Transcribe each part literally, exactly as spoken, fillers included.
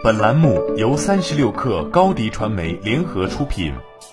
本栏目由三十六氪高迪传媒联合出品。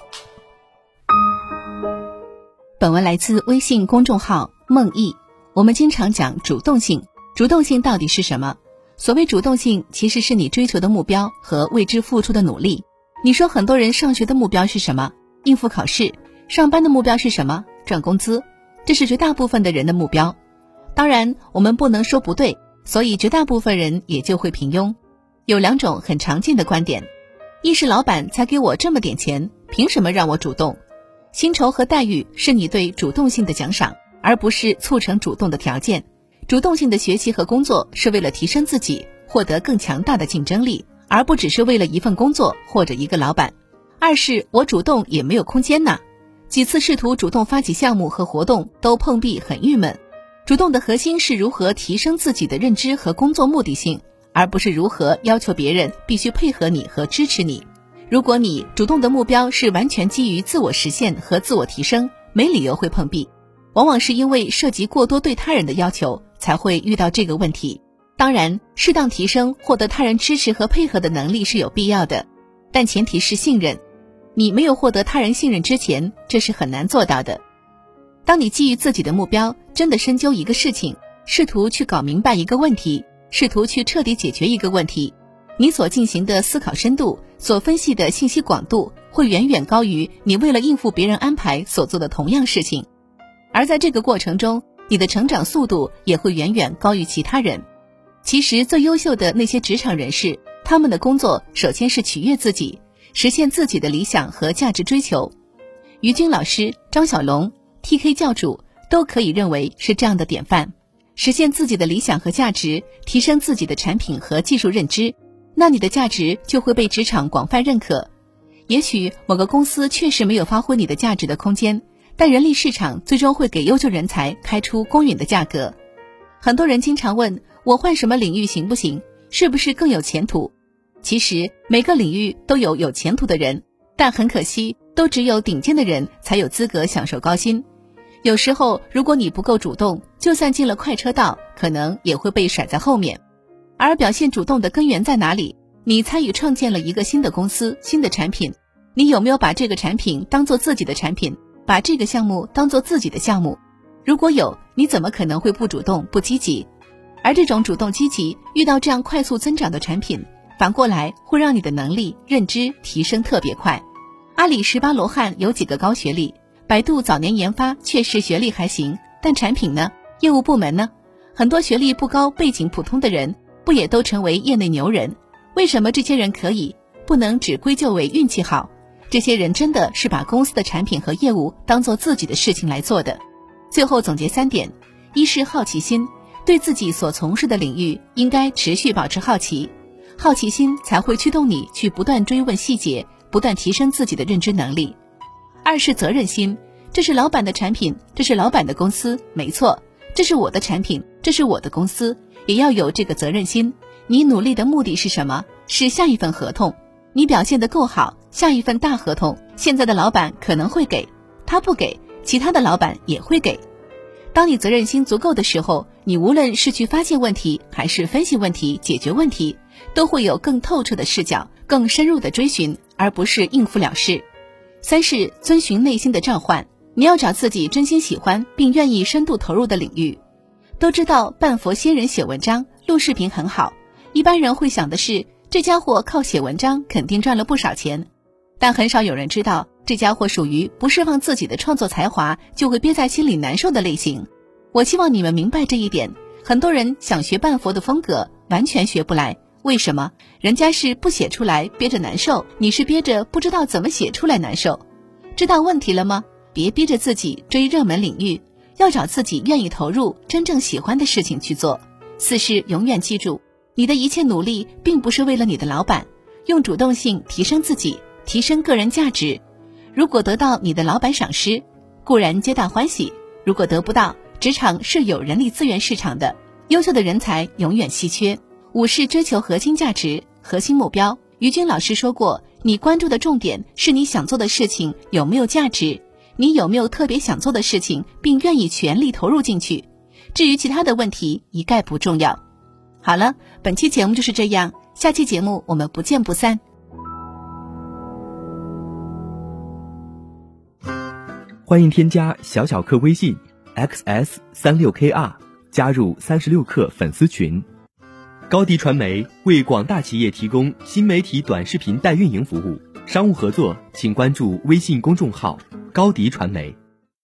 本文来自微信公众号梦忆。我们经常讲主动性，主动性到底是什么？所谓主动性，其实是你追求的目标和为之付出的努力。你说很多人上学的目标是什么？应付考试。上班的目标是什么？赚工资。这是绝大部分的人的目标。当然，我们不能说不对，所以绝大部分人也就会平庸。有两种很常见的观点，一是老板才给我这么点钱，凭什么让我主动？薪酬和待遇是你对主动性的奖赏，而不是促成主动的条件。主动性的学习和工作是为了提升自己，获得更强大的竞争力，而不只是为了一份工作或者一个老板。二是我主动也没有空间呐，几次试图主动发起项目和活动都碰壁，很郁闷。主动的核心是如何提升自己的认知和工作目的性，而不是如何要求别人必须配合你和支持你。如果你主动的目标是完全基于自我实现和自我提升，没理由会碰壁，往往是因为涉及过多对他人的要求，才会遇到这个问题。当然，适当提升获得他人支持和配合的能力是有必要的，但前提是信任。你没有获得他人信任之前，这是很难做到的。当你基于自己的目标，真的深究一个事情，试图去搞明白一个问题，试图去彻底解决一个问题，你所进行的思考深度，所分析的信息广度，会远远高于你为了应付别人安排所做的同样事情。而在这个过程中，你的成长速度也会远远高于其他人。其实最优秀的那些职场人士，他们的工作首先是取悦自己，实现自己的理想和价值追求。于军老师、张小龙、T K 教主都可以认为是这样的典范。实现自己的理想和价值，提升自己的产品和技术认知，那你的价值就会被职场广泛认可。也许某个公司确实没有发挥你的价值的空间，但人力市场最终会给优秀人才开出公允的价格。很多人经常问我换什么领域行不行，是不是更有前途？其实每个领域都有有前途的人，但很可惜，都只有顶尖的人才有资格享受高薪。有时候如果你不够主动，就算进了快车道，可能也会被甩在后面。而表现主动的根源在哪里？你参与创建了一个新的公司、新的产品，你有没有把这个产品当作自己的产品，把这个项目当作自己的项目？如果有，你怎么可能会不主动、不积极？而这种主动积极，遇到这样快速增长的产品，反过来会让你的能力、认知提升特别快。阿里十八罗汉有几个高学历，百度早年研发确实学历还行，但产品呢？业务部门呢？很多学历不高、背景普通的人，不也都成为业内牛人？为什么这些人可以？不能只归咎为运气好。这些人真的是把公司的产品和业务当作自己的事情来做的。最后总结三点：一是好奇心，对自己所从事的领域应该持续保持好奇，好奇心才会驱动你去不断追问细节，不断提升自己的认知能力。二是责任心，这是老板的产品，这是老板的公司，没错，这是我的产品，这是我的公司，也要有这个责任心。你努力的目的是什么？是下一份合同。你表现得够好，下一份大合同，现在的老板可能会给，他不给，其他的老板也会给。当你责任心足够的时候，你无论是去发现问题，还是分析问题、解决问题，都会有更透彻的视角，更深入的追寻，而不是应付了事。三是遵循内心的召唤，你要找自己真心喜欢并愿意深度投入的领域。都知道半佛仙人写文章、录视频很好，一般人会想的是，这家伙靠写文章肯定赚了不少钱，但很少有人知道，这家伙属于不释放自己的创作才华就会憋在心里难受的类型。我希望你们明白这一点，很多人想学半佛的风格，完全学不来。为什么？人家是不写出来憋着难受，你是憋着不知道怎么写出来难受。知道问题了吗？别逼着自己追热门领域，要找自己愿意投入、真正喜欢的事情去做。四是永远记住，你的一切努力并不是为了你的老板，用主动性提升自己，提升个人价值。如果得到你的老板赏识，固然皆大欢喜；如果得不到，职场是有人力资源市场的，优秀的人才永远稀缺。五是追求核心价值、核心目标。于军老师说过，你关注的重点是你想做的事情有没有价值，你有没有特别想做的事情，并愿意全力投入进去。至于其他的问题，一概不重要。好了，本期节目就是这样， 下期节目我们不见不散。 欢迎添加小小客微信 X S 三六 K R， 加入三十六课粉丝群。高迪传媒为广大企业提供新媒体短视频代运营服务，商务合作请关注微信公众号高迪传媒。